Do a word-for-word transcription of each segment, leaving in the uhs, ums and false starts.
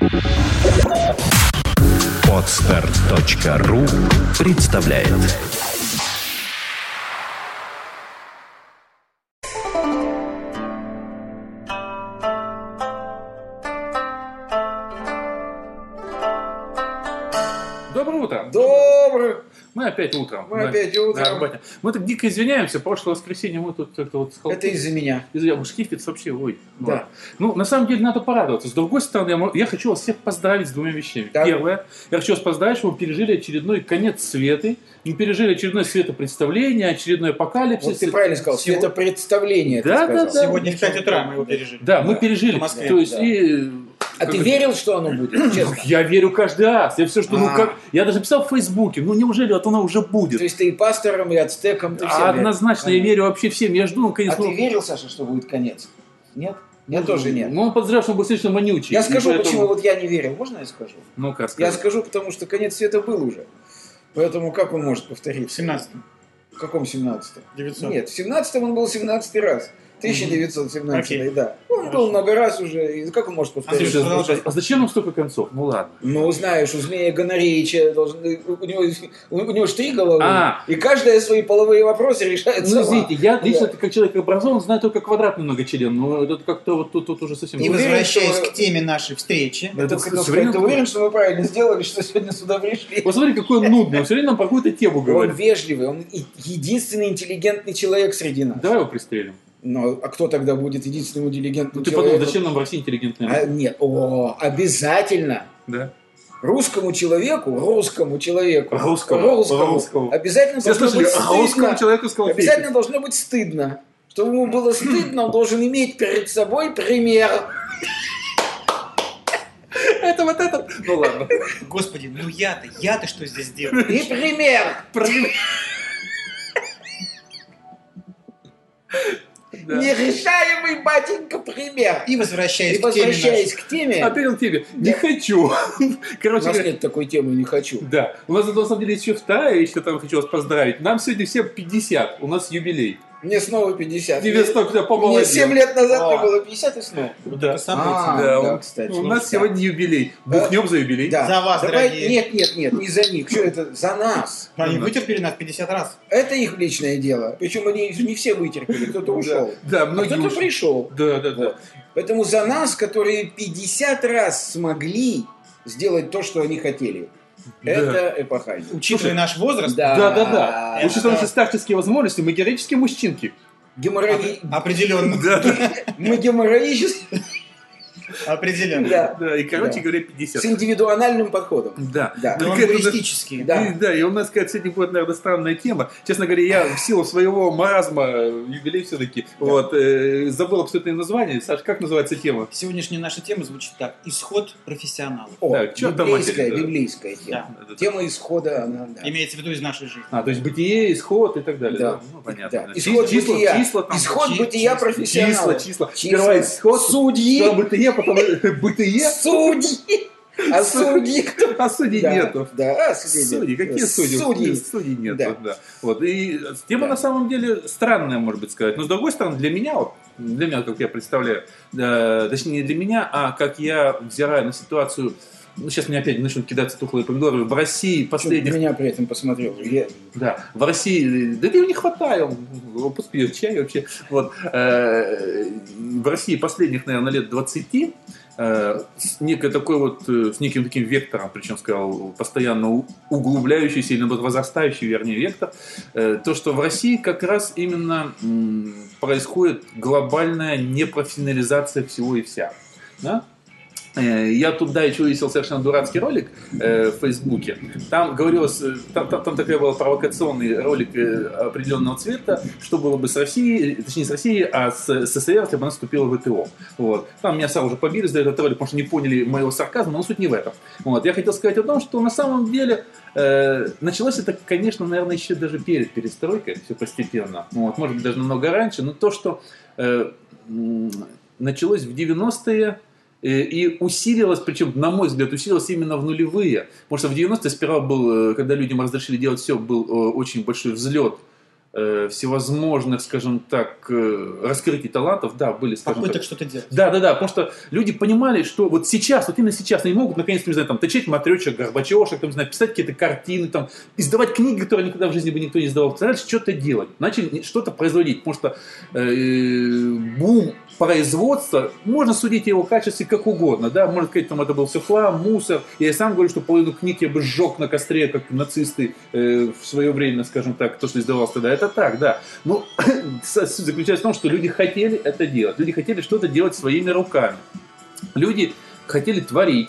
Подстер точка ру представляет. Доброе утро. Доброе. Мы опять утром. Мы опять утром. Да, мы так дико извиняемся. Прошлое воскресенье мы тут как-то вот... Это из-за меня. Из-за меня. Шкифец вообще, ой. Да. Вот. Ну, на самом деле, надо порадоваться. С другой стороны, я, я хочу вас всех поздравить с двумя вещами. Да. Первое. Я хочу вас поздравить, что мы пережили очередной конец света. Мы пережили очередное светопредставление, очередной апокалипсис. Вот ты правильно сказал, Всего... светопредставление. Да, да, да. Сегодня в пять утра мы его пережили. Да, мы Да. пережили. В Москве. То есть, Да. и... А ты верил, что оно будет? Честно. Я верю каждый раз. Я все, что, ну А. как, я даже писал в Фейсбуке, ну неужели вот оно уже будет? То есть ты и пастором, и ацтеком, ты всем А, однозначно, веришь? я верю вообще всем. Я жду, наконец. А ты верил, Саша, что будет конец? Нет? Я ну, тоже нет. Ну, он подозревал, что он был слишком вонючий. Я И скажу, поэтому- почему вот я не верил. Можно я скажу? Ну, как Я сказать? скажу, потому что конец света был уже. Поэтому как он может В повториться? семнадцатом. В каком семнадцатом? девятьсот. Нет, в семнадцатом он был семнадцатый раз. тысяча девятьсот семнадцатый, Окей. да. Он Хорошо. был много раз уже. И как он может повториться? Слушай, продолжай. а зачем нам столько концов? Ну ладно. Ну, знаешь, у змея гонореича должен, у него, у него же три головы, А. и каждая свои половые вопросы решает Ну, сама. извините, я лично Да. как человек образован знаю только квадратный многочлен. Но это как-то вот тут, тут уже совсем... И Ты уверен, возвращаясь что- к теме нашей встречи, Я Это только хотел всё сказать, время ты уверен, что мы правильно сделали, что сегодня сюда пришли? Посмотри, какой он нудный. Он все время нам про какую-то тему Он говорит. вежливый, он и- единственный интеллигентный человек среди нас. Давай его пристрелим. Ну, а кто тогда будет единственным интеллигентным Ну, ты подумал, человеком? зачем нам в России интеллигентные А, люди? нет, о, обязательно. Да. Русскому человеку, русскому человеку, Русскому, русскому, русскому. обязательно Все должно слышали, быть а русскому стыдно. человеку сказал Обязательно должно быть стыдно. Чтобы ему было стыдно, он должен иметь перед собой пример. Это вот это. Ну ладно. господи, ну я-то, я-то что здесь делаю? И пример. Да. Нерешаемый, батенька, пример. И возвращаясь И к теме возвращаясь к теме, Опять он тебе. Не хочу. у Короче нас говоря, нет такой темы, не хочу. да. У нас на самом деле есть еще вторая вещь, которую хочу вас поздравить. Нам сегодня всем пятьдесят. У нас юбилей. Мне снова пятьдесят. Тебе столько Мне помолодел. семь лет назад О. мне было пятьдесят и снова. Да. Это событие. А, Да, да, он- кстати. У нас Да. сегодня юбилей. Бухнем за юбилей. Да. За вас, Давай- дорогие. Нет, нет, нет, не за них. Что это? За нас. Они вытерпели нас пятьдесят раз. Это их личное дело. Причем они не все вытерпели, кто-то ушел. Да, А многие кто-то ушли. пришел. Да, да, да. Вот. Поэтому за нас, которые пятьдесят раз смогли сделать то, что они хотели. Да. Это эпохально. Учитывая Слушай, наш возраст, Да. Да, да, да. это- Учитывая наши старческие возможности, мы героические мужчинки. Геморрои... определенно. Да, да. Мы геморроические, Определенно. да, Да, и, короче Да. говоря, с пятьдесят. индивидуальным подходом. Да. Да. Ну, какая-то- Гумористические. Да. И, да, и у нас, как сегодня будет, наверное, странная тема. Честно говоря, я в силу своего маразма, юбилей все-таки, вот, э, забыл абсолютное название. Саш, как называется тема? Сегодняшняя наша тема звучит так. Исход профессионалов. О, Так, чё там библейская, матери, да. библейская тема. Да, да. Тема исхода, она, да. Имеется в виду из нашей жизни. А, то есть бытие, исход и так далее. Да. Да, ну, понятно. Да. Чис- Исход числа, бытия. числа там. Исход Чи- бытия числа, профессионала. Числа, числа. Числа. Сперва исход, Судьи. потом бытие, потом бытие, Судьи. А судьи кто? а судей Да, нету. Да, а судьи нет. Судьи, какие судьи? Судьи. Судей нет. Да. Да. Вот. И тема Да. на самом деле странная, может быть, сказать. Но с другой стороны, для меня, вот, для меня, как я представляю, э, точнее не для меня, а как я взираю на ситуацию, ну, сейчас мне опять начнут кидаться тухлые помидоры, в России Чё ты последних... меня при этом посмотрел? Я- Да, в России, да его не хватает, он пусть пьет чай вообще. Вот, э, в России последних, наверное, лет двадцати э, с некой такой вот, э, с неким таким вектором, причем, сказал, постоянно у- углубляющийся или, наоборот, возрастающий, вернее, вектор, э, то, что в России как раз именно м, происходит глобальная непрофессионализация всего и вся. Да? Э, Я туда еще увидел совершенно дурацкий ролик э, в Фейсбуке. Там говорилось, э, там, там, там такой был провокационный ролик э, определенного цвета, что было бы с Россией, точнее не с Россией, а с СССР, если бы она вступила в ВТО. Вот. Там меня сразу же побили за этот ролик, потому что не поняли моего сарказма, но суть не в этом. Вот. Я хотел сказать о том, что на самом деле э, началось это, конечно, наверное, еще даже перед перестройкой, все постепенно. Вот. Может быть, даже намного раньше, но то, что э, м, началось в девяностые, и усилилось, причем, на мой взгляд, усилилось именно в нулевые. Потому что в девяностые сперва был, когда людям разрешили делать все, был очень большой взлет э, всевозможных, скажем так, э, раскрытий талантов, да, были, скажем Попыток так. что-то делать. Да, да, да, потому что люди понимали, что вот сейчас, вот именно сейчас, они могут наконец-то, не знаю, там, точить матрёчек, горбачёшек, там, не знаю, писать какие-то картины, там, издавать книги, которые никогда в жизни бы никто не издавал, старались что-то делать, начали что-то производить, потому что э, бум производства, можно судить о его качестве как угодно, да, можно сказать, там, это был все хлам, мусор, я и сам говорю, что половину книг я бы сжег на костре, как нацисты э, в свое время, скажем так, то, что издавалось тогда, это так, да, но суть заключается в том, что люди хотели это делать, люди хотели что-то делать своими руками. Люди хотели творить,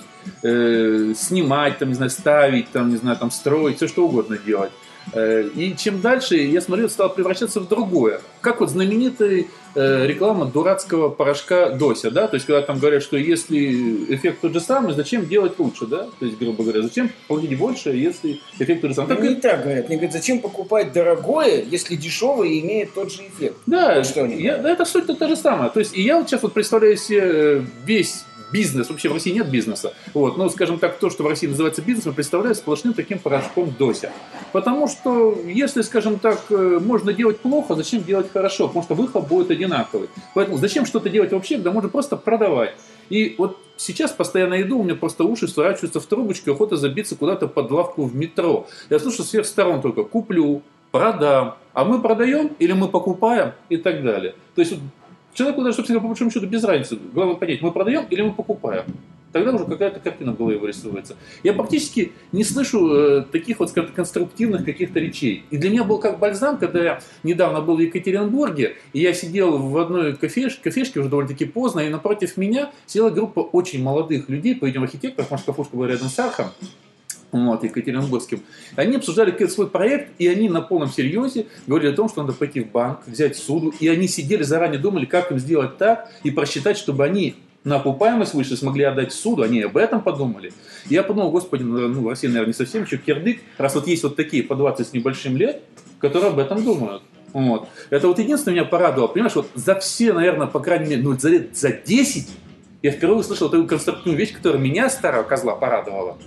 э, снимать, там, не знаю, ставить, там, не знаю, там, строить, все что угодно делать. Э, и чем дальше, я смотрю, стало превращаться в другое. Как вот знаменитая э, реклама дурацкого порошка Дося, да, то есть когда там говорят, что если эффект тот же самый, зачем делать лучше, да, то есть, грубо говоря, зачем платить больше, если эффект тот же самый. Ну, Так не и- так говорят. Они говорят, зачем покупать дорогое, если дешевое имеет тот же эффект? Да, Вот что они я, да, это суть-то та же самая. То есть, и я вот сейчас вот представляю себе э, весь бизнес, вообще в России нет бизнеса, вот, но, скажем так, то, что в России называется бизнесом, представляю сплошным таким порошком Дося. Потому что, если, скажем так, э, можно делать плохо, зачем делать хорошо? Потому что выхлоп будет одинаковый. Поэтому зачем что-то делать вообще, когда можно просто продавать? И вот сейчас постоянно иду, у меня просто уши сворачиваются в трубочку, охота забиться куда-то под лавку в метро. Я слушаю с всех сторон только куплю, продам, а мы продаем или мы покупаем и так далее. То есть вот, человеку даже, собственно, по большому счету без разницы. Главное понять, мы продаем или мы покупаем. Тогда уже какая-то картина в голове вырисовывается. Я практически не слышу э, таких вот, скажем, конструктивных каких-то речей. И для меня был как бальзам, когда я недавно был в Екатеринбурге, и я сидел в одной кафеш, кафешке уже довольно-таки поздно, и напротив меня сидела группа очень молодых людей, по-видимому, архитекторов, может, кафешка была рядом с Архом, вот, екатеринбургским. Они обсуждали какой-то свой проект, и они на полном серьезе говорили о том, что надо пойти в банк, взять суду, и они сидели заранее, думали, как им сделать так, и просчитать, чтобы они на окупаемость вышли, смогли отдать суду, они об этом подумали. И я подумал, господи, ну, в России, наверное, не совсем еще кирдык, раз вот есть вот такие по двадцать с небольшим лет, которые об этом думают. Вот. Это вот единственное меня порадовало. Понимаешь, вот за все, наверное, по крайней мере, ну, за лет за десять я впервые услышал такую конструктивную вещь, которая меня, старого козла, порадовала.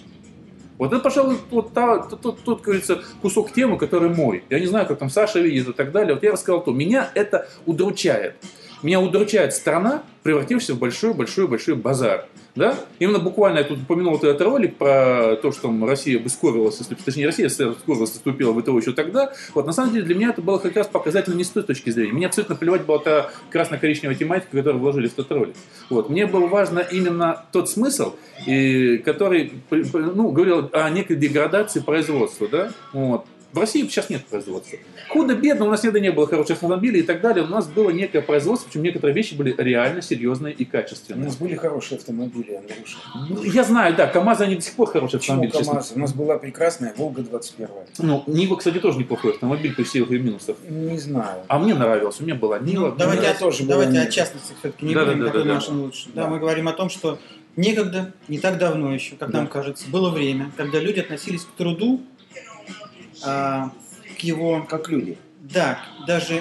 Вот это, пожалуй, вот та, тот, тот, тот, как говорится, кусок темы, который мой. Я не знаю, как там Саша видит и так далее. Вот я рассказал то. Меня это удручает. Меня удручает страна, превратившаяся в большой-большой-большой базар. Да? Именно буквально я тут упомянул вот этот ролик про то, что там Россия бы скорилась, если, точнее, Россия скорилась, вступила в ВТО еще тогда. Вот, на самом деле, для меня это было как раз показательно не с той точки зрения. Мне абсолютно плевать была та красно-коричневая тематика, которую вложили в тот ролик. Вот. Мне было важно именно тот смысл, и, который ну, говорил о некой деградации производства. Да? Вот. В России сейчас нет производства. Худо-бедно, у нас никогда не было хороших автомобилей и так далее. У нас было некое производство, причем некоторые вещи были реально серьезные и У качественные. нас были хорошие автомобили, Андрюша. Ну, я знаю, да, КамАЗы, они до сих пор хорошие Почему автомобили. честно. КамАЗ? У нас была прекрасная Волга двадцать первая. Ну, Нива, кстати, тоже неплохой автомобиль при всех ее минусах. Не знаю. А мне нравился, у меня была Нива. Ну, давайте меня о, тоже было давайте о нет. частностях все-таки не Да, будем, да, да, какой да, наш лучше. Да, Да. мы говорим о том, что некогда, не так давно еще, как Да. нам кажется, было время, когда люди относились к труду, а, к его, Как люди. да, даже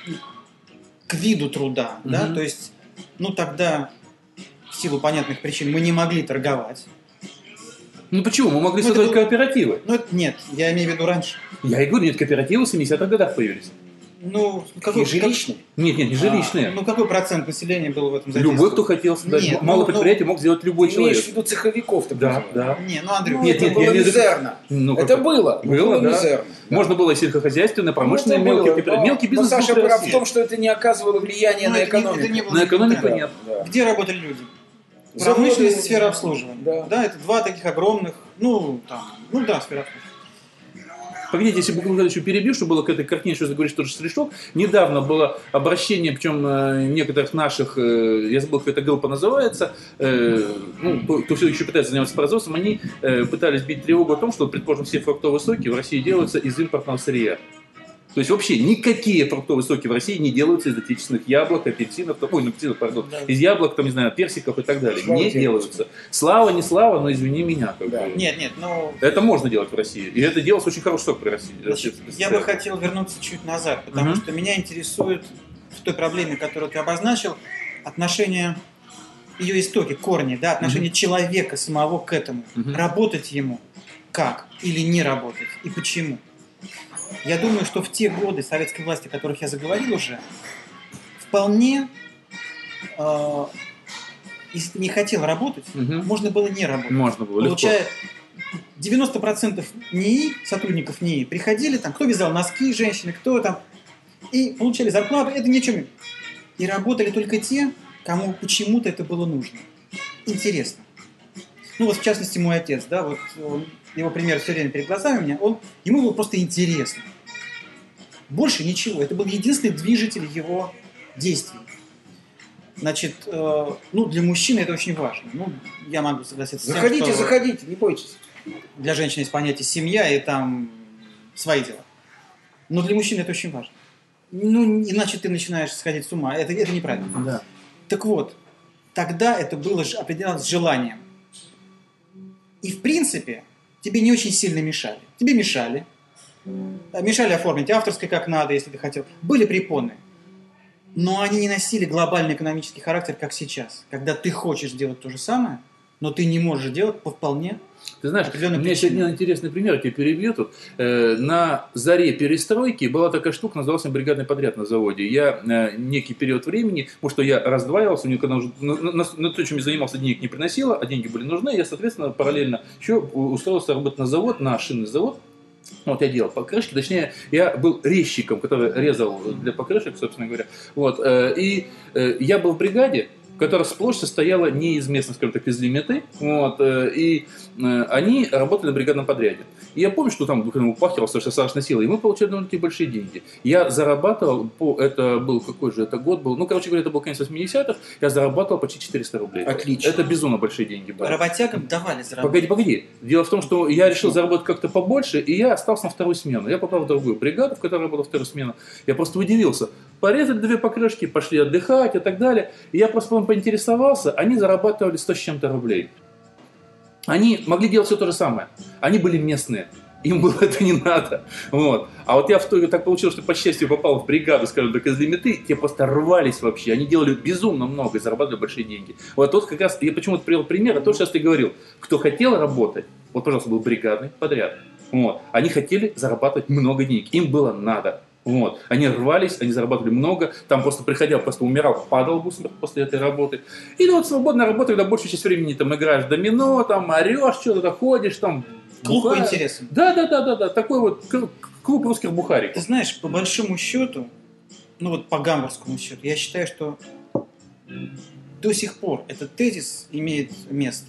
к виду труда, да, Мгм. то есть, ну тогда в силу понятных причин мы не могли торговать. Ну почему? Мы могли Ну, это создать был- кооперативы. Ну это нет, я имею в виду раньше. Я и говорю, нет, кооперативы в семидесятых годах появились. Ну Какие какой, жилищные? Нет, нет, не жилищные. а, ну какой процент населения был в этом задействован? Любой, кто хотел создать. Нет, Малое ну, предприятие мог сделать любой Ты имеешь в человек. виду цеховиков, так Да, называемых? да. Не, ну Андрюх, Ну, Нет, это нет, было я не- мизерно. Ну, Это как-то- было. но Было, да. мизерно. Можно было и сельскохозяйственное, промышленное, Ну, это мелкий, было, кооператив. но- Мелкий но бизнес Саша был в прав России. в том, что это не оказывало влияния Ну, на это не- экономику. это не было На экономику Да. нет. Да. где работали люди? Заводы, Промышленность и сфера обслуживания. Да. Да, это два таких огромных, ну, там, ну да, сфера обслуживания. Погодите, если бы еще перебью, что было к этой картине, что заговоришь, тоже Стрижок. Недавно было обращение, причем э, некоторых наших, э, я забыл, как эта группа называется, э, ну, кто, кто все еще пытается заниматься производством, они э, пытались бить тревогу о том, что, предположим, все фруктовые соки в России делаются из импортного сырья. То есть вообще никакие фруктовые соки в России не делаются из отечественных яблок, апельсинов, ой, ну, апельсинов, пардон, Да. из яблок, там, не знаю, персиков и так далее. Слава не тебе, делаются. Слава, не слава, но извини меня. Как Да. бы. Нет, нет, ну, Это можно делать в России. И это делается очень хороший сок при России. значит, я бы хотел вернуться чуть назад, потому Мгм. что меня интересует в той проблеме, которую ты обозначил, отношение, ее истоки, корни, да, отношение человека самого к этому. Мгм. Работать ему как или не работать, и почему. Я думаю, что в те годы советской власти, о которых я заговорил уже, вполне, э, если ты не хотел работать, Угу. можно было не работать. Можно было Получая легко. девяносто процентов НИИ, сотрудников НИИ, приходили там, кто вязал носки женщины, кто там, и получали зарплату, это ни о чем. И работали только те, кому почему-то это было нужно. Интересно. Ну вот в частности мой отец, да, вот он, его пример все время перед глазами у меня, он, ему было просто интересно. Больше ничего. Это был единственный движитель его действий. Значит, э, ну для мужчины это очень важно. Ну, я могу согласиться с тем, Заходите, что заходите, не бойтесь. для женщины есть понятие семья и там свои дела. Но для мужчины это очень важно. Ну, иначе ты начинаешь сходить с ума. Это, это неправильно. Да. Так вот, тогда это было ж- определялось желанием. И в принципе тебе не очень сильно мешали. Тебе мешали. Да, мешали оформить авторское как надо, если ты хотел. Были препоны. Но они не носили глобальный экономический характер, как сейчас. Когда ты хочешь делать то же самое, но ты не можешь делать по вполне Ты знаешь, у определенным меня есть причинам. один интересный пример, я тебя перебью тут. Э, на заре перестройки была такая штука, называлась бригадный подряд на заводе. Я э, некий период времени, потому что я раздваивался, мне когда уже на, на- на то, чем я занимался, денег не приносило, а деньги были нужны, я, соответственно, параллельно еще устроился работать на завод, на шинный завод. Вот я делал покрышки, точнее, я был резчиком, который резал для покрышек, собственно говоря. Вот, э, и э, я был в бригаде, которая сплошь состояла не из местных, скажем так, из лимиты, вот, э, и э, они работали на бригадном подряде. И я помню, что там упахивался страшной силой, и мы получали довольно-таки большие деньги. Я зарабатывал, по, это был, какой же это год был, ну, короче говоря, это был конец восьмидесятых, я зарабатывал почти четыреста рублей. Отлично. Это безумно большие деньги были. Работягам давали заработать. Погоди, погоди. Дело в том, что я решил заработать как-то побольше, и я остался на вторую смену. Я попал в другую бригаду, в которой работал вторую смену. Я просто удивился. Порезали две покрышки, пошли отдыхать и так далее. И я просто потом поинтересовался, они зарабатывали сто с чем-то рублей. Они могли делать все то же самое. Они были местные. Им было это не надо. Вот. А вот я в то, так получилось, что по счастью попал в бригаду, скажем так, из лимиты, те просто рвались вообще. Они делали безумно много и зарабатывали большие деньги. Вот тут как раз, я почему-то привел пример, а то, что сейчас ты говорил, кто хотел работать, вот, пожалуйста, был бригадный подряд. Вот. Они хотели зарабатывать много денег. Им было надо. Вот. Они рвались, они зарабатывали много, там просто приходил, просто умирал, падал в усмерть после этой работы. И вот свободная работа, когда большую часть времени там играешь в домино, там орешь, что-то ходишь, там Клуб по бухаешь. интересам. Да, да, да, да, да, такой вот к- клуб русских Ты бухариков. знаешь, по большому счету, ну вот по гамбургскому счету, я считаю, что до сих пор этот тезис имеет место.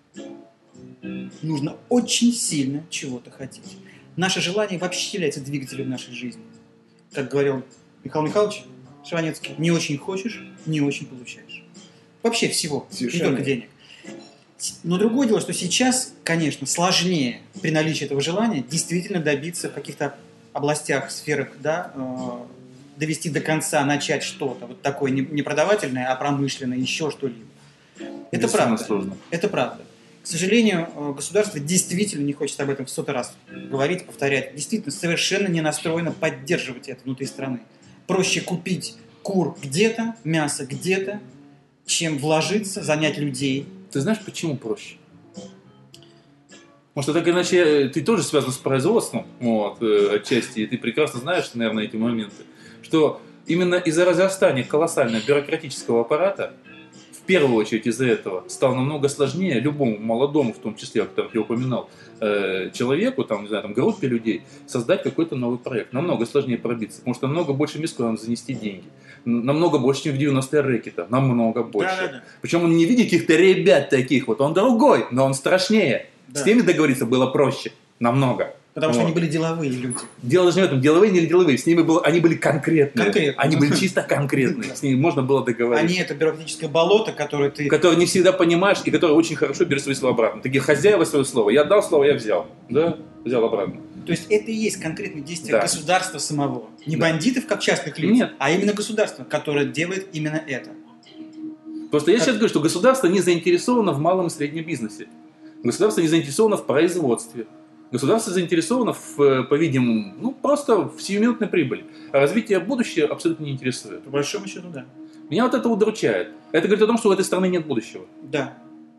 Нужно очень сильно чего-то хотеть. Наше желание вообще является двигателем нашей жизни. Как говорил Михаил Михайлович Шванецкий, не очень хочешь, не очень получаешь. Вообще всего, Совершенно не только денег. Но другое дело, что сейчас, конечно, сложнее при наличии этого желания действительно добиться в каких-то областях, сферах, да, э, довести до конца, начать что-то вот такое не, не продавательное, а промышленное, еще что-либо. Это Безумно правда. сложно. Это правда. К сожалению, э, государство действительно не хочет об этом в сотый раз говорить, повторять. Действительно, совершенно не настроено поддерживать это внутри страны. Проще купить кур где-то, мясо где-то, чем вложиться, занять людей. Ты знаешь, почему проще? Потому что так или иначе ты тоже связан с производством, вот, э, отчасти, и ты прекрасно знаешь, наверное, эти моменты, что именно из-за разрастания колоссального бюрократического аппарата, в первую очередь из-за этого, стало намного сложнее любому молодому, в том числе, о котором я упоминал, э, человеку, там, не знаю, там, группе людей, создать какой-то новый проект. Намного сложнее пробиться, потому что намного больше мест, куда надо занести деньги. Намного больше, чем в девяностые рэкета. Намного больше. Да-да-да. Причем он не видит каких-то ребят таких вот, он другой, но он страшнее. Да. С теми договориться было проще. Намного. Потому что Вот. они были деловые люди. Дело даже не в этом, деловые или деловые, с ними было, они были конкретные. Конкретные. Они были чисто конкретные, с ними можно было договориться. Они это бюрократическое болото, которое ты... Которые не всегда понимаешь и которые очень хорошо берут свои слова обратно. Такие хозяева свое слово. Я дал слово, я взял. Да? Взял обратно. То есть это и есть конкретные действия Да. государства самого. Не Да. бандитов, как частных лиц, Нет. а именно государства, которое делает именно это. Просто я Как- сейчас говорю, что государство не заинтересовано в малом и среднем бизнесе. Государство не заинтересовано в производстве. Государство заинтересовано, в, э, по-видимому, ну, просто в сиюминутной прибыли. А развитие будущего абсолютно не интересует. По большому счету, да. Меня вот это удручает. Это говорит о том, что у этой страны нет будущего. Да.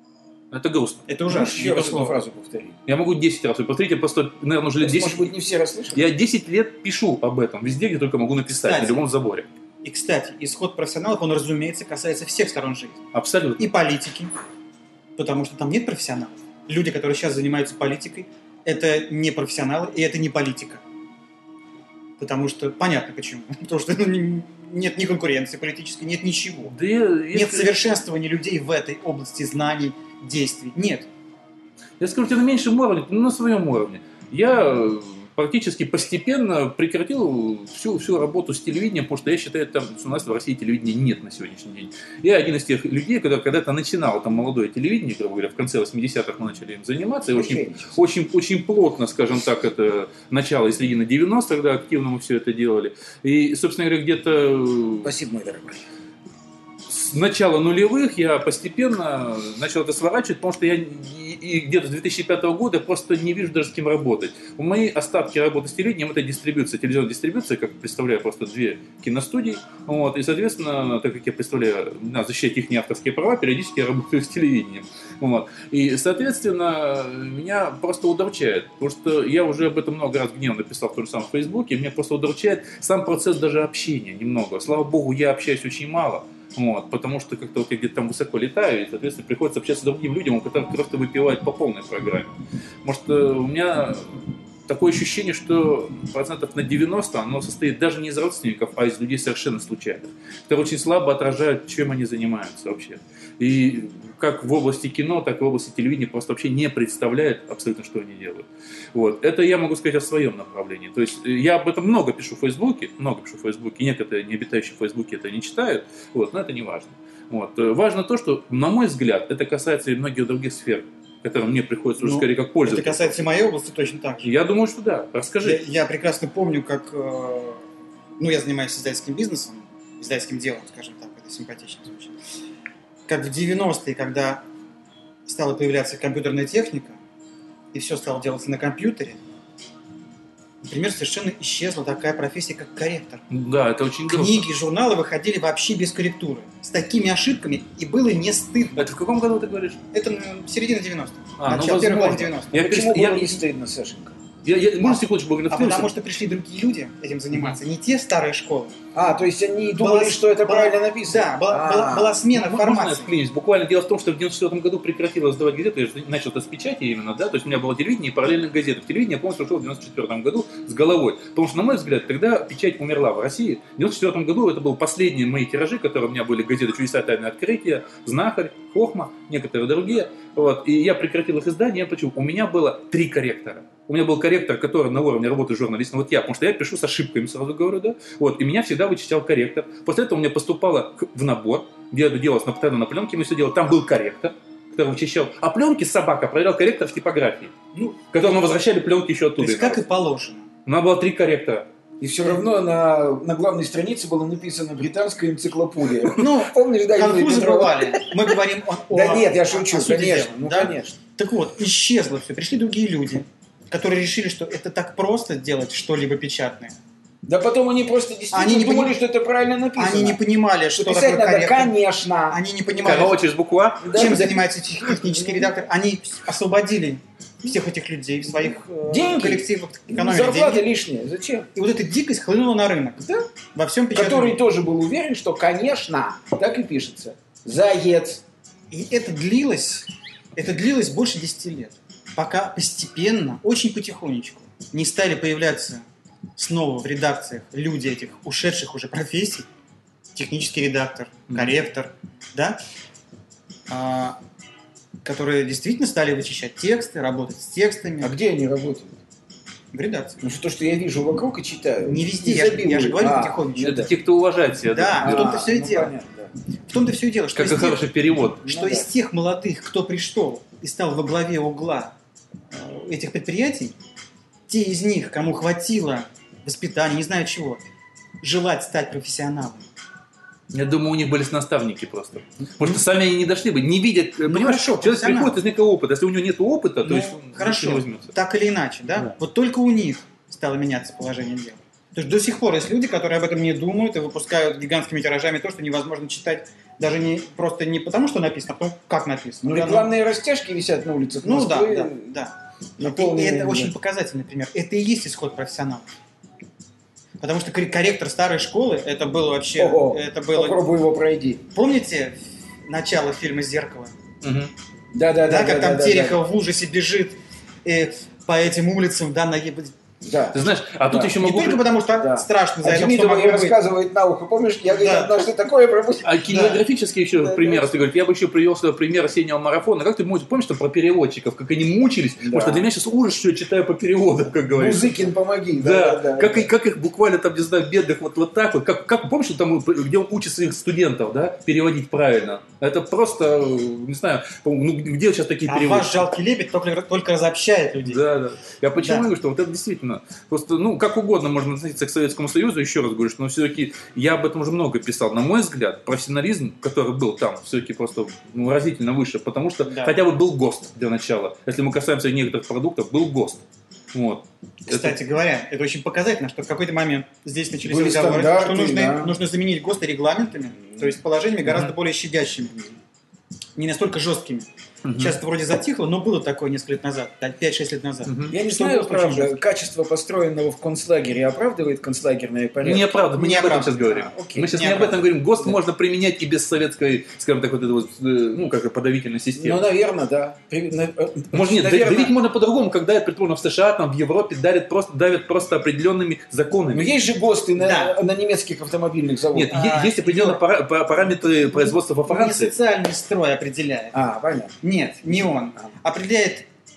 Это грустно. Это Можешь ужасно. еще не то раз эту слово. фразу повторить? Я могу десять раз повторить, я просто, наверное, уже лет десять... Может быть, не все расслышали? Я десять лет пишу об этом, везде, где только могу написать, Кстати. на любом заборе. И, кстати, исход профессионалов, он, разумеется, касается всех сторон жизни. Абсолютно. И политики, потому что там нет профессионалов. Люди, которые сейчас занимаются политикой, это не профессионалы, и это не политика. Потому что, понятно почему. Потому что ну, не- нет ни конкуренции политической, нет ничего. Да я, Нет если- совершенствования людей в этой области знаний, действий. Нет. Я скажу тебе на меньшем уровне, но на своем уровне. Я э, практически постепенно прекратил всю, всю работу с телевидением, потому что я считаю, там, что у нас в России телевидения нет на сегодняшний день. Я один из тех людей, который когда-то начинал там молодое телевидение, грубо говоря, в конце восьмидесятых мы начали им заниматься, и очень, очень, очень плотно, скажем так, это начало и середина девяностых, когда активно мы все это делали. И, собственно говоря, где-то Спасибо, мой дорогой. с начала нулевых я постепенно начал это сворачивать, потому что я и, и где-то с две тысячи пятого года просто не вижу даже с кем работать. У моей остатки работы с телевидением это дистрибьюция, телевизионная дистрибьюция, как представляю, просто две киностудии. Вот, и, соответственно, так как я представляю, надо защищать их авторские права, периодически я работаю с телевидением. Вот. И, соответственно, меня просто удручает, потому что я уже об этом много раз гневно написал в том же самом Фейсбуке, меня просто удручает сам процесс даже общения немного. Слава богу, я общаюсь очень мало. Вот, потому что как-то вот я где-то там высоко летаю, и, соответственно, приходится общаться с другим людям, у которых просто выпивают по полной программе. Может, э, у меня такое ощущение, что процентов на девяносто оно состоит даже не из родственников, а из людей совершенно случайных, которые очень слабо отражают, чем они занимаются вообще. И как в области кино, так и в области телевидения просто вообще не представляют абсолютно, что они делают. Вот. Это я могу сказать о своем направлении. То есть я об этом много пишу в Фейсбуке, много пишу в Фейсбуке, и некоторые, не обитающие в Фейсбуке, это не читают, вот, но это не важно. Вот. Важно то, что, на мой взгляд, это касается и многих других сфер, которым мне приходится уже Ну, скорее как Это пользоваться. касается и моей области точно так же. Я думаю, что да. Расскажи. Я, я прекрасно помню, как... э, ну, я занимаюсь издательским бизнесом, издательским делом, скажем так, это симпатично звучит. Как в девяностые, когда стала появляться компьютерная техника, и все стало делаться на компьютере, например, совершенно исчезла такая профессия, как корректор. Да, это очень грустно. Книги, журналы выходили вообще без корректуры. С такими ошибками, и было не стыдно. Это в каком году ты говоришь? Это ну, середина девяностых. А, ну, Начало, первая половина возможно. девяностых. Я Почему перест- я- было не стыдно, Сашенька? Я, я, можно секундочку, А благодарю? потому что пришли другие люди этим заниматься, не те старые школы. А, то есть они думали, Была- что это была- правильно написано? Да, была, А. была- была смена Можно я формации. вклинюсь? Буквально дело в том, что в девяносто четвёртом году прекратила сдавать газеты, я же начал это с печати именно, да, то есть у меня было телевидение и параллельно газеты. В телевидение я полностью ушел в девяносто четвёртом году с головой, потому что, на мой взгляд, тогда печать умерла в России. В девяносто четвёртом году это был последние мои тиражи, которые у меня были газеты «Чудеса, тайное открытие», «Знахарь», «Хохма», некоторые другие, вот, и я прекратил их издание, почему? У меня было три корректора. У меня был корректор, который на уровне работы журналиста, вот я, потому что я пишу с ошибками, сразу говорю, да, вот, и меня всегда вычислял корректор. После этого у меня поступало к- в набор, где это делалось на, постоянно на пленке, мы все делали, там был корректор, который вычищал, а пленки собака проверял корректор в типографии, Ну, которому возвращали пленки еще то оттуда. есть, как и положено. У нас было три корректора. И все равно на, на главной странице было написано «Британская энциклопедия». Ну, Помнишь, да, Юлия конфузы Петрова? бывали. Мы говорим о, о- Да нет, я о шучу, сути конечно, дела, ну да? конечно. Так вот, исчезло все. Пришли другие люди, которые решили, что это так просто делать что-либо печатное. Да потом они просто действительно Они не думали, пони- что это правильно написано. Они не понимали, что Что такое писать надо, корректор. конечно. Они не понимали, Корова через букву А. Да, чем да. занимается тех- технический редактор. Они освободили всех этих людей в своих э, Деньги. коллективах, экономили Зарплата деньги. лишняя, зачем? И вот эта дикость хлынула на рынок. Да. Во всем печатном Который мире. тоже был уверен, что, конечно, так и пишется. Заяц. И это длилось, это длилось больше десяти лет. Пока постепенно, очень потихонечку, не стали появляться снова в редакциях люди этих ушедших уже профессий. Технический редактор, корректор, да? А, которые действительно стали вычищать тексты, работать с текстами А где они работают? в редакции. Ну, что то, что я вижу вокруг и читаю. Не везде, я, же- я же говорю А, потихонечку. Это те, кто уважает себя. Да, а, в том-то всё и ну, дело. понятно, да. В том-то все и дело, что Как из и тех- хороший перевод. что Ну из да. тех молодых, кто пришел и стал во главе угла э, этих предприятий, те из них, кому хватило воспитания, не знаю чего, желать стать профессионалом. Я думаю, у них были наставники просто. Потому что сами они не дошли бы, не видят. Понимаешь, хорошо, человек профессионал. приходит из некого опыта. Если у него нет опыта, то Ну, есть он хорошо, не возьмется. так или иначе, да? Да. Вот только у них стало меняться положение дел. То есть до сих пор есть люди, которые об этом не думают и выпускают гигантскими тиражами то, что невозможно читать Даже не просто не потому, что написано, а потому, как написано. Ну, И оно- рекламные растяжки висят на улицах Ну да, Москвы. да, да. И наполненные, это да. очень показательный пример. Это и есть исход профессионалов. Потому что кор- корректор старой школы, это было вообще... Ого, это было... попробуй его пройди. Помните начало фильма «Зеркало»? Мгм. Да, да, Да, да. как да, там да, Терехов в ужасе бежит э, по этим улицам, да, на... Да. Ты знаешь, а тут Да. еще Не могу... только потому, что Да. страшно за А это, что Демидова могло ей быть. рассказывает на ухо. Помнишь, я говорю, Да. однажды такое пропустил. А кинематографические еще Да, примеры, да. ты говоришь, я бы еще привел сюда пример осеннего марафона. Как ты можешь, помнишь, что про переводчиков, как они мучились? Да. Потому что для меня сейчас ужас, что я читаю по переводам, как говорится. Музыкин, помоги. Да, Да, да, да. как, и- как их буквально там, не знаю, бедных вот, вот так вот. Как, как помнишь, что там, где он учит своих студентов, да, переводить правильно? Это просто, не знаю, ну, где сейчас такие А переводы? ваш жалкий лебедь только, только разобщает людей. Да, да. Я почему Да. говорю, что вот это действительно просто, ну, как угодно можно относиться к Советскому Союзу, еще раз говорю, что, но все-таки я об этом уже много писал. На мой взгляд, профессионализм, который был там, все-таки просто ну, разительно выше, потому что Да. хотя бы был ГОСТ для начала. Если мы касаемся некоторых продуктов, был ГОСТ. Вот. Кстати говоря, это очень показательно, что в какой-то момент здесь начались Были разговоры, стандарты, что нужно, да. нужно заменить ГОСТы регламентами, то есть положениями гораздо Мгм. более щадящими, не настолько жесткими. Мгм. Сейчас это вроде затихло, но было такое несколько лет назад, пять-шесть лет назад. Мгм. Я не Что знаю, было очень правда, жестко. качество построенного в концлагере оправдывает концлагерные порядки? Не правда, мы не Не об этом правда. сейчас говорим. А, окей. Мы сейчас Не не об этом правда. говорим. ГОСТ Да. можно применять и без советской, скажем так, вот этой вот, э, ну, как и подавительной системы. Ну, наверное, да. При- на- э, Может, нет, наверно. давить можно по-другому, когда, предположим, в США, там, в Европе давят просто, давят просто определенными законами. Но есть же ГОСТы на, Да. на немецких автомобильных заводах. Нет, А, е- есть определенные Юр. пара- па- параметры производства во Не Франции. социальный строй определяет. А, понятно. Нет, не он. Определяет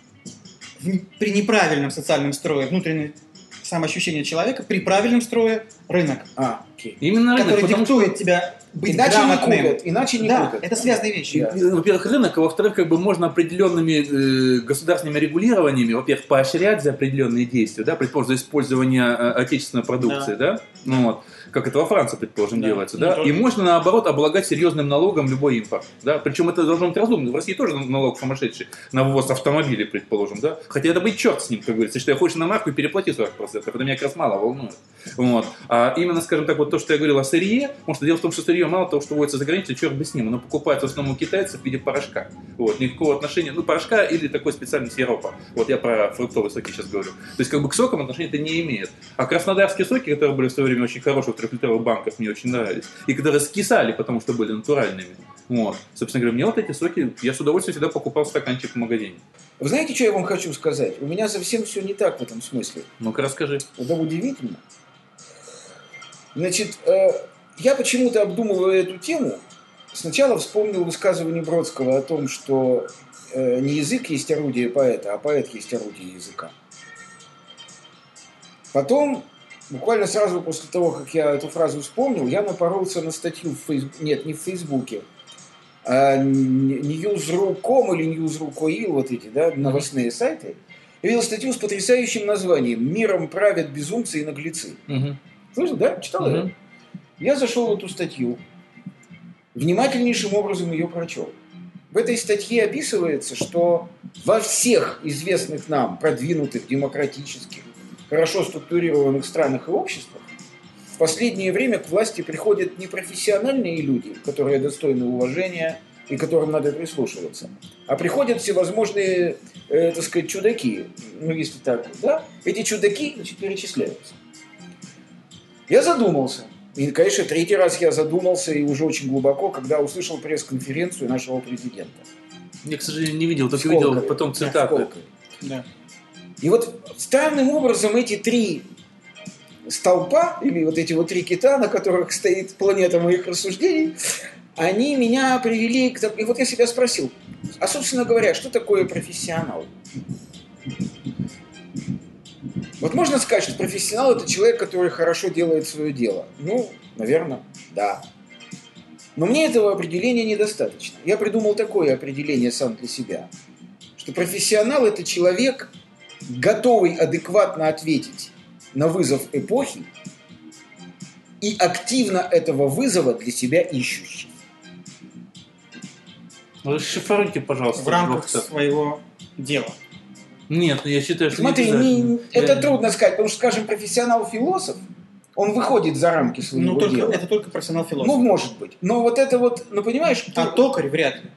в- при неправильном социальном строе внутреннее самоощущение человека, при правильном строе рынок, А, окей. Именно рынок, который потому что, диктует тебя быть Иначе не грамотным. купят. Иначе не Да, купят. это связанные вещи. Да. э, во-первых, рынок, а во-вторых, как бы можно определенными э, государственными регулированиями, во-первых, поощрять за определенные действия, да, предположим, за использование э, отечественной продукции, да, ну вот, как это во Франции, предположим, Да. делается, Не да, только. и можно, наоборот, облагать серьезным налогом любой импорт, да, причем это должно быть разумно, в России тоже налог сумасшедший на ввоз автомобилей, предположим, да, хотя это быть черт с ним, как говорится, что я хочешь на марку и переплати сорок процентов, это меня как раз мало волнует, вот, а именно, скажем так, вот то, что я говорил о сырье, потому что дело в том, что сырье мало того, что вводится за границей, черт бы с ним, оно покупается в основном у китайцев в виде порошка, вот, никакого отношения, ну, порошка или такой специальный сиропа, вот я про фруктовые соки сейчас говорю, то есть, как бы к сокам отношения это не имеет, а краснодарские соки, которые были в свое время очень хорошие в трехлитровых банках, мне очень нравились, и которые скисали, потому что были натуральными, вот, собственно говоря, мне вот эти соки, я с удовольствием всегда покупал стаканчик в магазине. Вы знаете, что я вам хочу сказать? У меня совсем все не так в этом смысле. Ну-ка расскажи. Это удивительно. Значит, э, я почему-то, обдумывая эту тему, сначала вспомнил высказывание Бродского о том, что э, не язык есть орудие поэта, а поэт есть орудие языка. Потом, буквально сразу после того, как я эту фразу вспомнил, я напоролся на статью в Фейсбуке, нет, не в Фейсбуке, а Newsru точка com или Newsru точка ил, вот эти, да, новостные сайты. Я видел статью с потрясающим названием «Миром правят безумцы и наглецы». Угу. Слышал, да? Читал Мгм. ее? Я зашел в эту статью, внимательнейшим образом ее прочел. В этой статье описывается, что во всех известных нам продвинутых, демократических, хорошо структурированных странах и обществах в последнее время к власти приходят не профессиональные люди, которые достойны уважения и которым надо прислушиваться, а приходят всевозможные, э, так сказать, чудаки. Ну, если так, да? Эти чудаки, значит, перечисляются. Я задумался. И, конечно, третий раз я задумался, и уже очень глубоко, когда услышал пресс-конференцию нашего президента. Я, к сожалению, не видел, только Сколково. видел потом Да, цитаты. Сколково. Да. И вот странным образом эти три столпа, или вот эти вот три кита, на которых стоит планета моих рассуждений, они меня привели к... И вот я себя спросил, а, собственно говоря, что такое профессионал? Вот можно сказать, что профессионал – это человек, который хорошо делает свое дело? Ну, наверное, да. Но мне этого определения недостаточно. Я придумал такое определение сам для себя, что профессионал – это человек, готовый адекватно ответить на вызов эпохи и активно этого вызова для себя ищущий. Расшифруйте, пожалуйста. В рамках доктор. своего дела. Нет, ну я считаю, что Смотри, не обязательно. не- это Я- трудно сказать, потому что, скажем, профессионал-философ Он выходит за рамки своего Ну, только, дела. это только профессионал-философ. Ну, может быть. Но вот это вот, ну, понимаешь... А ты- токарь вряд ли.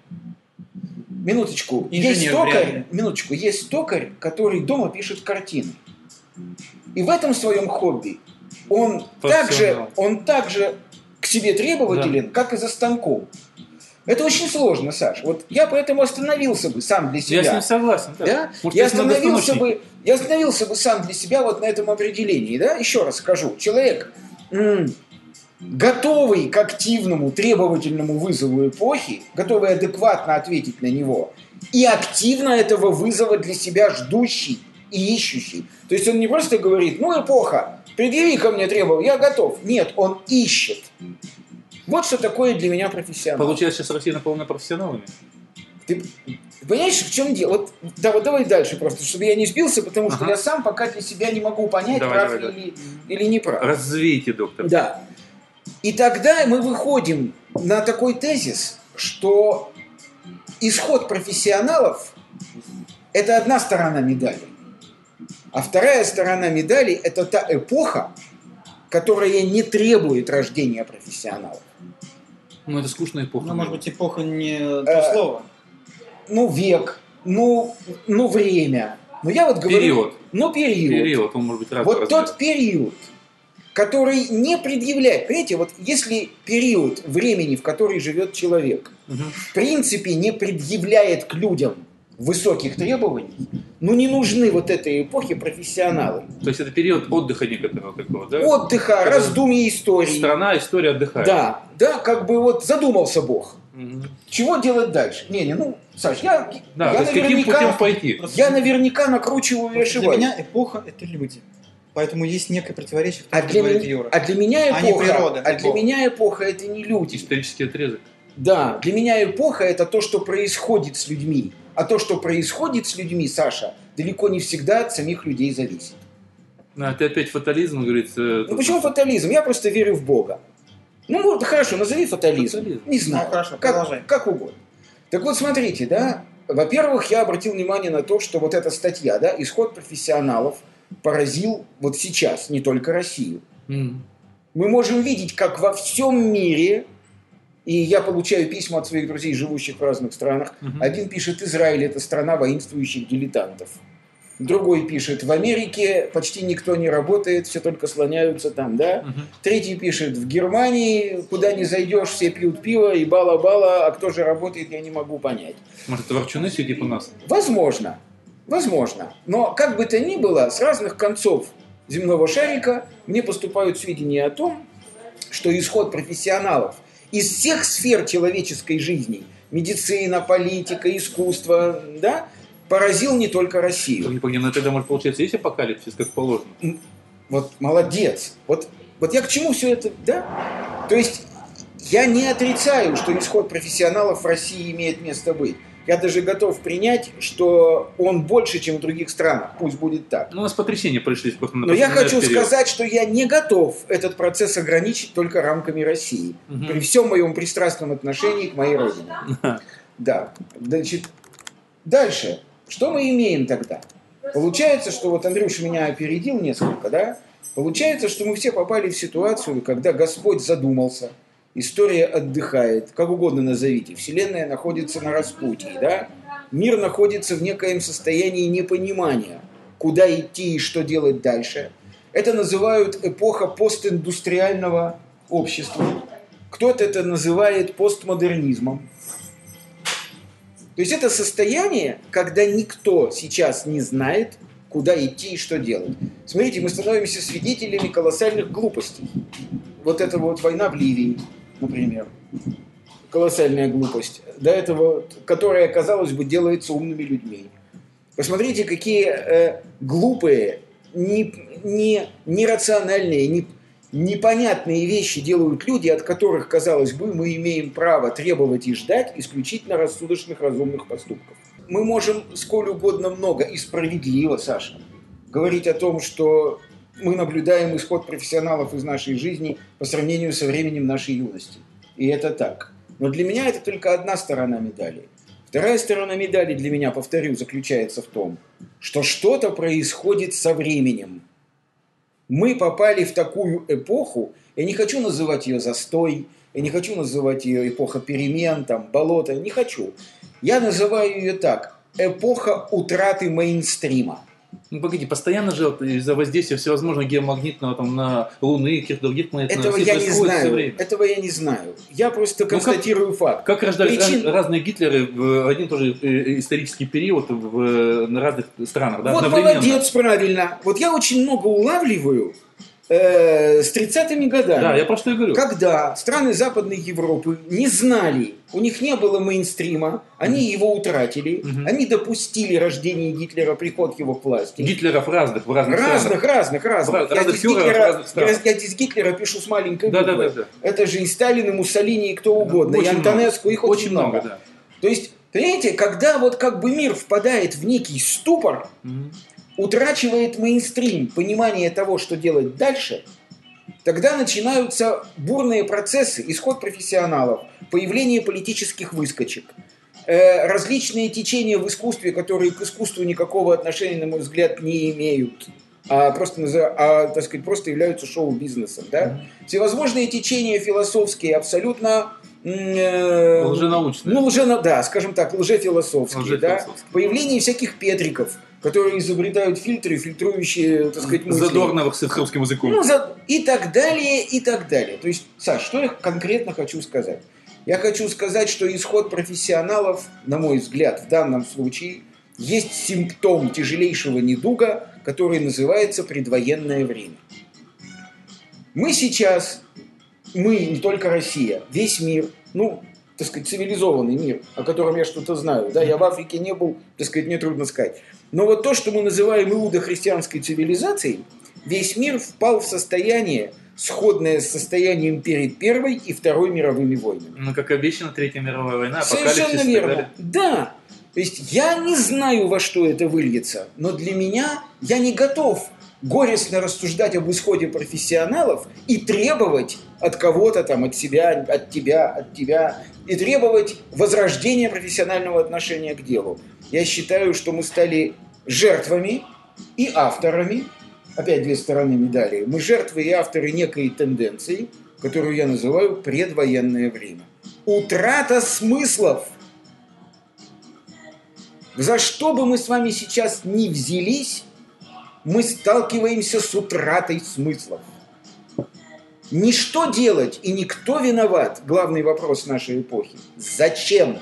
Минуточку. Инженер Есть вряд токарь, ли. минуточку, есть токарь, который дома пишет картины. И в этом своем хобби он также, Профессионал. он также к себе требователен, как и за станком. Это очень сложно, Саш. Вот я поэтому остановился бы сам для себя. Я с ним согласен. Да? Да? Может, Я если надо остановился станочник? бы, я остановился бы сам для себя вот на этом определении. Да? Еще раз скажу. Человек, м, готовый к активному, требовательному вызову эпохи, готовый адекватно ответить на него, и активно этого вызова для себя ждущий и ищущий. То есть он не просто говорит, ну, эпоха, предъяви ко мне требования, я готов. Нет, он ищет. Вот что такое для меня профессионал. Получается, сейчас Россия наполнена профессионалами? Ты, ты понимаешь, в чем дело? Вот, да, вот давай дальше просто, чтобы я не сбился, потому что Ага. я сам пока для себя не могу понять, Давай, прав давай, или, или не прав. Развейте, доктор. Да. И тогда мы выходим на такой тезис, что исход профессионалов – это одна сторона медали. А вторая сторона медали – это та эпоха, которая не требует рождения профессионалов. Ну, это скучная эпоха. Ну, может быть, эпоха не Э, то слово. Ну, век, ну, ну время. Но я вот говорю... Период. Ну, период. Период, он может быть разный. Вот тот период, который не предъявляет... Понимаете, вот если период времени, в который живет человек, в принципе не предъявляет к людям высоких требований, ну не нужны вот этой эпохи профессионалы. То есть это период отдыха некоторого такого, да? Отдыха, Когда раздумий истории. Страна, история отдыхает. Да, да, как бы вот задумался Бог. Мгм. Чего делать дальше? Не, не, ну, Саш, я, Да, я то есть каким наверняка, путем пойти? я наверняка накручиваю и Для ошибаюсь. меня эпоха – это люди. Поэтому есть некое противоречие в том, А что для, говорит меня, Юра. а для меня А не эпоха, природа, а для эпоха. меня эпоха это не люди. Исторический отрезок. Да, для меня эпоха это то, что происходит с людьми. А то, что происходит с людьми, Саша, далеко не всегда от самих людей зависит. Ну, это опять фатализм, говорится. Ну почему фатализм? Я просто верю в Бога. Ну вот, хорошо, назови фатализм. Фатализм. Не знаю. Ну, хорошо, как, продолжай. как угодно. Так вот, смотрите, да. Во-первых, я обратил внимание на то, что вот эта статья, да, исход профессионалов поразил вот сейчас не только Россию. М. Мы можем видеть, как во всем мире, и я получаю письма от своих друзей, живущих в разных странах, Мгм. один пишет, Израиль – это страна воинствующих дилетантов. Другой пишет, в Америке почти никто не работает, все только слоняются там, да. Мгм. Третий пишет, в Германии, куда не зайдешь, все пьют пиво и бала-бала, а кто же работает, я не могу понять. Может, это ворчуны сидит у нас? Возможно, возможно. Но как бы то ни было, с разных концов земного шарика мне поступают сведения о том, что исход профессионалов из всех сфер человеческой жизни, медицина, политика, искусство, да, поразил не только Россию. Не понял, но тогда, может, получается, есть апокалипсис, как положено? Вот молодец. Вот, вот я к чему все это, да? То есть я не отрицаю, что исход профессионалов в России имеет место быть. Я даже готов принять, что он больше, чем в других странах. Пусть будет так. Ну, у нас потрясения пришли просто на Но я на хочу этот период. сказать, что я не готов этот процесс ограничить только рамками России. Мгм. При всем моем пристрастном отношении к моей родине. Да. Значит, дальше. Что мы имеем тогда? Получается, что вот Андрюша меня опередил несколько, да? Получается, что мы все попали в ситуацию, когда Господь задумался, история отдыхает, как угодно назовите, Вселенная находится на распутье, да? Мир находится в некоем состоянии непонимания, куда идти и что делать дальше. Это называют эпоха постиндустриального общества. Кто-то это называет постмодернизмом. То есть это состояние, когда никто сейчас не знает, куда идти и что делать. Смотрите, мы становимся свидетелями колоссальных глупостей. Вот эта вот война в Ливии, например. Колоссальная глупость. До этого, которая, казалось бы, делается умными людьми. Посмотрите, какие э, глупые, не, не, нерациональные, не, непонятные вещи делают люди, от которых, казалось бы, мы имеем право требовать и ждать исключительно рассудочных, разумных поступков. Мы можем сколь угодно много и справедливо, Саша, говорить о том, что мы наблюдаем исход профессионалов из нашей жизни по сравнению со временем нашей юности. И это так. Но для меня это только одна сторона медали. Вторая сторона медали для меня, повторю, заключается в том, что что-то происходит со временем. Мы попали в такую эпоху, я не хочу называть ее застой, я не хочу называть ее эпоха перемен, там, болото, не хочу. Я называю ее так, эпоха утраты мейнстрима. Ну, погоди, постоянно же вот из-за воздействия всевозможного геомагнитного там, на Луны и каких-то других планет. Этого я не знаю. Этого я не знаю. Я просто констатирую ну, как, факт. Как рождались Причин... разные Гитлеры в один тоже исторический период в, на разных странах. Да, вот молодец, правильно. Вот я очень много улавливаю э, с тридцатыми годами. Да, я просто и говорю. Когда страны Западной Европы не знали, у них не было мейнстрима, они mm-hmm. его утратили, mm-hmm. они допустили рождение Гитлера, приход его к власти. Гитлеров разных, в разных Разных, странах. разных, разных. Раз, я, разных здесь Гитлера, я, я здесь Гитлера пишу с маленькой да, буквы. да, да, да. Это же и Сталин, и Муссолини, и кто угодно, очень и Антонеску, много. их очень, очень много. много да. То есть, понимаете, когда вот как бы мир впадает в некий ступор, mm-hmm. утрачивает мейнстрим, понимание того, что делать дальше, тогда начинаются бурные процессы, исход профессионалов, появление политических выскочек, э, различные течения в искусстве, которые к искусству никакого отношения, на мой взгляд, не имеют, а просто, а, так сказать, просто являются шоу-бизнесом. Да? Всевозможные течения философские, абсолютно... Э, лженаучные. Ну, лже, да, скажем так, лжефилософские. лжефилософские. Да? Появление всяких Петриков, которые изобретают фильтры, фильтрующие, так сказать, мысли. Задорновых с русским языком. Ну, за... И так далее, и так далее. То есть, Саш, что я конкретно хочу сказать? Я хочу сказать, что исход профессионалов, на мой взгляд, в данном случае, есть симптом тяжелейшего недуга, который называется предвоенное время. Мы сейчас, мы, не только Россия, весь мир, ну, так сказать, цивилизованный мир, о котором я что-то знаю, да, я в Африке не был, так сказать, мне трудно сказать. Но вот то, что мы называем иудо-христианской цивилизацией, весь мир впал в состояние, сходное с состоянием перед Первой и Второй мировыми войнами. Ну, как обещано, Третья мировая война, совершенно верно. Да. То есть я не знаю, во что это выльется, но для меня я не готов горестно рассуждать об исходе профессионалов и требовать от кого-то там, от себя, от тебя, от тебя, и требовать возрождения профессионального отношения к делу. Я считаю, что мы стали жертвами и авторами, опять две стороны медали, мы жертвы и авторы некой тенденции, которую я называю предвоенное время. Утрата смыслов. За что бы мы с вами сейчас ни взялись, мы сталкиваемся с утратой смыслов. Не что делать и не кто виноват, главный вопрос нашей эпохи. Зачем?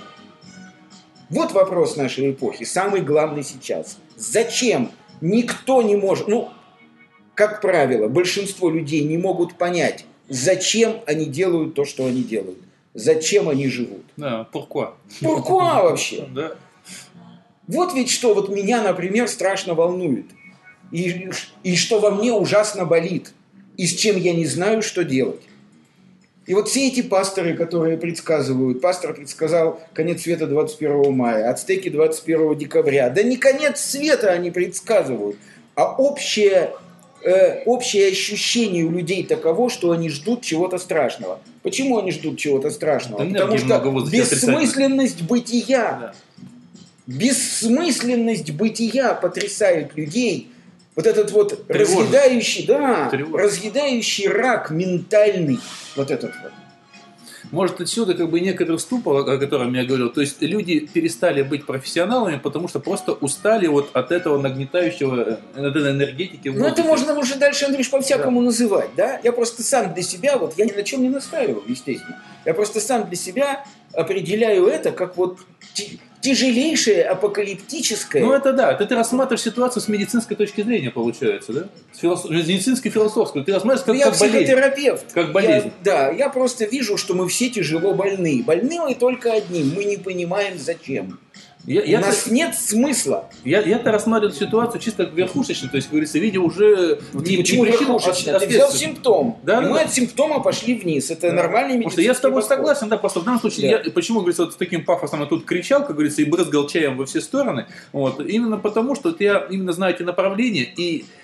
Вот вопрос нашей эпохи, самый главный сейчас. Зачем? Никто не может, ну, как правило, большинство людей не могут понять, зачем они делают то, что они делают. Зачем они живут. Да, pourquoi? Pourquoi вообще? Да. Вот ведь что вот меня, например, страшно волнует. И, и что во мне ужасно болит. И с чем я не знаю, что делать. И вот все эти пасторы, которые предсказывают, пастор предсказал конец света двадцать первого мая, ацтеки двадцать первого декабря. Да не конец света они предсказывают, а общее, э, общее ощущение у людей таково, что они ждут чего-то страшного. Почему они ждут чего-то страшного? Да Потому что бессмысленность бытия, да. бессмысленность бытия потрясает людей. Вот этот вот Тревожит. разъедающий, да, Тревожит. разъедающий рак ментальный, вот этот вот. Может, отсюда как бы некоторый ступор, о котором я говорил. То есть люди перестали быть профессионалами, потому что просто устали вот от этого нагнетающего, от этой энергетики. Ну, это можно уже дальше, Андрюш, по-всякому да. называть, да? Я просто сам для себя, вот я ни на чем не настаивал, естественно. Я просто сам для себя определяю это как вот тяжелейшее, апокалиптическое. Ну, это да. Это ты рассматриваешь ситуацию с медицинской точки зрения, получается, да? С философ... медицинской, философской. Ты рассматриваешь как, я как болезнь. психотерапевт. Как болезнь. Я, да, я просто вижу, что мы все тяжело больны. Больны мы только одним. Мы не понимаем, зачем. Я, У я нас то, нет смысла. Я, я-то рассматриваю ситуацию чисто как верхушечную, то есть, говорится, видя уже... Вот не, почему не верхушечную? Ты взял симптом, да, и да, мы да. от симптома пошли вниз. Это да. нормальный медицинский Потому что я с тобой подход. согласен, да, просто в данном случае, да. я, почему, говорится, вот с таким пафосом я тут кричал, как говорится, и брызгал чаем во все стороны, вот, именно потому, что вот я именно знаю эти направления, и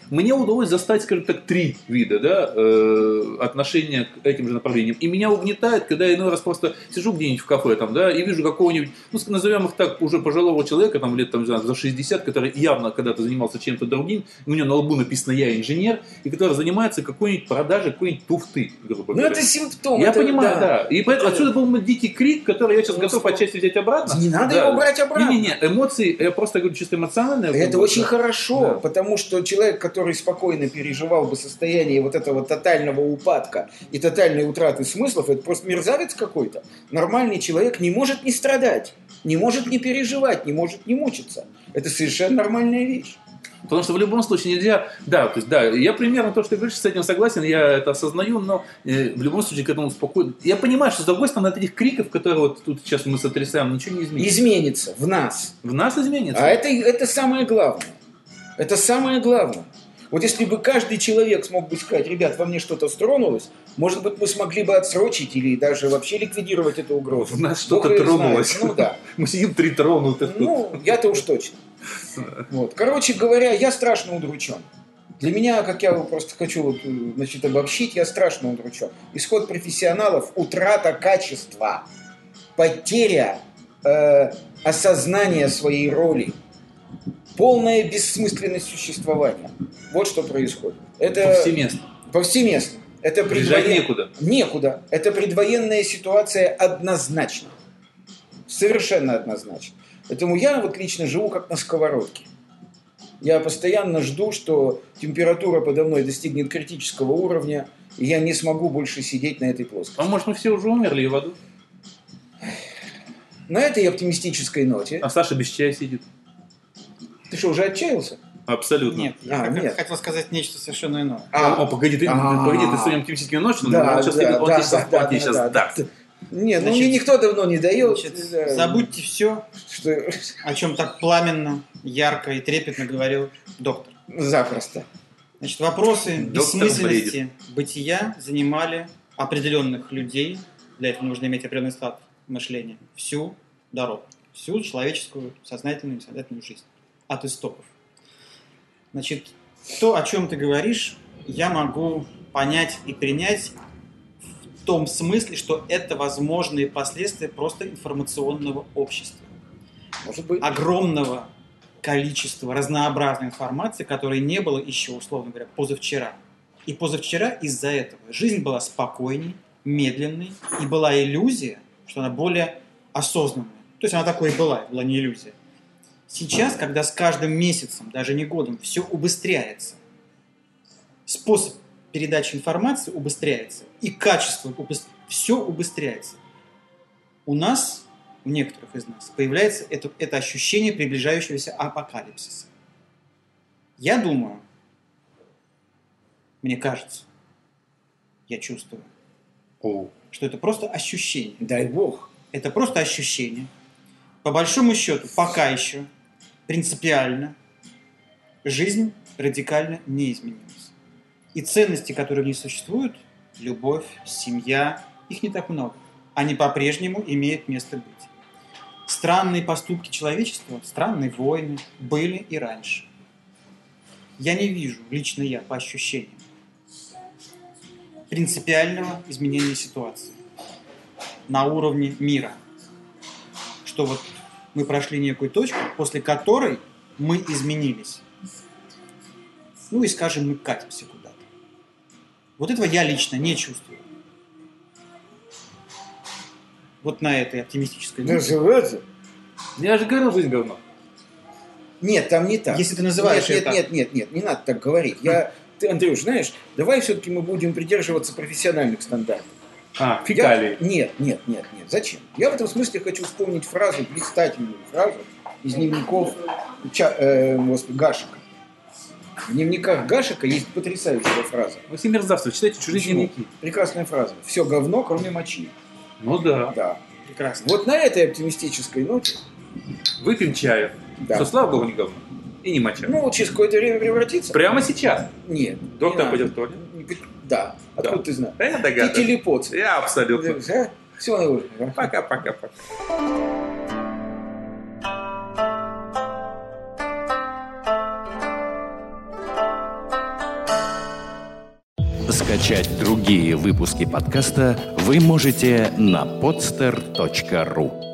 мне удалось застать, скажем так, три вида, да, э, отношения к этим же направлениям. И меня угнетает, когда я иной раз просто сижу где-нибудь в кафе там, да, и вижу какого-нибудь, ну, назовем их так, уже пожилого человека, там, лет там, не знаю, за шестьдесят, который явно когда-то занимался чем-то другим, у него на лбу написано «я инженер», и который занимается какой-нибудь продажей какой-нибудь туфты, грубо Ну, говоря. это симптом. Я это, понимаю, да. И поэтому Это- отсюда был мой дикий крик, который я сейчас Ну, готов что? отчасти взять обратно. Не надо Да. его брать обратно. Не-не-не, эмоции, я просто говорю чисто эмоциональные. Это очень хорошо, Да. потому что человек, который спокойно переживал бы состояние вот этого тотального упадка и тотальной утраты смыслов, это просто мерзавец какой-то. Нормальный человек не может не страдать, не может не переживать, не может не мучиться. Это совершенно нормальная вещь. Потому что в любом случае нельзя... Да, то есть, да, я примерно то, что ты говоришь, с этим согласен, я это осознаю, но э, в любом случае к этому спокойно... Я понимаю, что с другой стороны от этих криков, которые вот тут сейчас мы сотрясаем, ничего не изменится. Изменится в нас. В нас изменится. А это, это самое главное. Это самое главное. Вот если бы каждый человек смог бы сказать, ребят, во мне что-то стронулось, может быть, мы смогли бы отсрочить или даже вообще ликвидировать эту угрозу. В нас Бог что-то её тронулось. знает. Ну да. Мы сидим три тронутых. Ну, я-то уж точно. Вот. Короче говоря, я страшно удручен. Для меня, как я просто хочу вот, значит, обобщить, я страшно удручен. Исход профессионалов – утрата качества, потеря э, осознания своей роли, полная бессмысленность существования. Вот что происходит. Это Повсеместно. повсеместно. Это Бежать предвоен- некуда. Некуда. Это предвоенная ситуация однозначно. Совершенно однозначно. Поэтому я вот лично живу как на сковородке. Я постоянно жду, что температура подо мной достигнет критического уровня, и я не смогу больше сидеть на этой плоскости. А может, мы все уже умерли и в аду? На этой оптимистической ноте... А Саша без чая сидит. Ты что, уже отчаялся? Абсолютно. Нет, я А, как- нет. хотел сказать нечто совершенно иное. О, погоди, ты, А. погоди, ты своим оптимистическим ночью, Да, он сейчас, да, он да, тебе сейчас, да, он тебе да, сейчас да, даст. да. Нет, ну Значит, мне никто давно не дает. Значит, Да. забудьте все, Что... о чем так пламенно, ярко и трепетно говорил доктор. Запросто. Значит, вопросы Доктор бессмысленности бытия занимали определенных людей, для этого нужно иметь определенный склад мышления, всю дорогу, всю человеческую сознательную и бессознательную жизнь, от истоков. Значит, то, о чем ты говоришь, я могу понять и принять в том смысле, что это возможные последствия просто информационного общества. Может быть. Огромного количества разнообразной информации, которой не было еще, условно говоря, позавчера. И позавчера из-за этого жизнь была спокойней, медленной, и была иллюзия, что она более осознанная. То есть она такой и была, была не иллюзия. Сейчас, когда с каждым месяцем, даже не годом, все убыстряется, способ передачи информации убыстряется, и качество убыстряется, все убыстряется. У нас, у некоторых из нас, появляется это, это ощущение приближающегося апокалипсиса. Я думаю, мне кажется, я чувствую, О. что это просто ощущение. Дай бог. Это просто ощущение. По большому счету, пока еще принципиально жизнь радикально не изменилась. И ценности, которые в ней существуют, любовь, семья, их не так много. Они по-прежнему имеют место быть. Странные поступки человечества, странные войны были и раньше. Я не вижу, лично я, по ощущениям, принципиального изменения ситуации на уровне мира. Что вот мы прошли некую точку, после которой мы изменились. Ну и, скажем, мы катимся куда-то. Вот этого я лично не чувствую. Вот на этой оптимистической ноте. Называется? Я же говорил, жизнь говно. Нет, там не так. Если ты называешь нет, это нет, нет, нет, нет, не надо так говорить. Я, ты, Андрюш, знаешь, давай все-таки мы будем придерживаться профессиональных стандартов. А, фекалии. Я- Нет, нет, нет, нет. Зачем? Я в этом смысле хочу вспомнить фразу, блистательную фразу из дневников Ча- э, господи, Гашека. В дневниках Гашека есть потрясающая фраза. Вы все мерзавцы, читайте чужие Почему? дневники. Прекрасная фраза. Все говно, кроме мочи. Ну да. Да. прекрасно. Вот на этой оптимистической ноте, Выпьем чаю. да. Что, слава богу, не говно. И не моча. Ну, вот через какое-то время превратится. Прямо сейчас. Нет. Доктор не пойдет в туалет? надо. Да. Откуда Да. ты знаешь? Да я Ты догадываюсь. телепот. Я абсолютно. Все, на уже. Пока-пока-пока. Скачать другие выпуски подкаста вы можете на podster точка ру.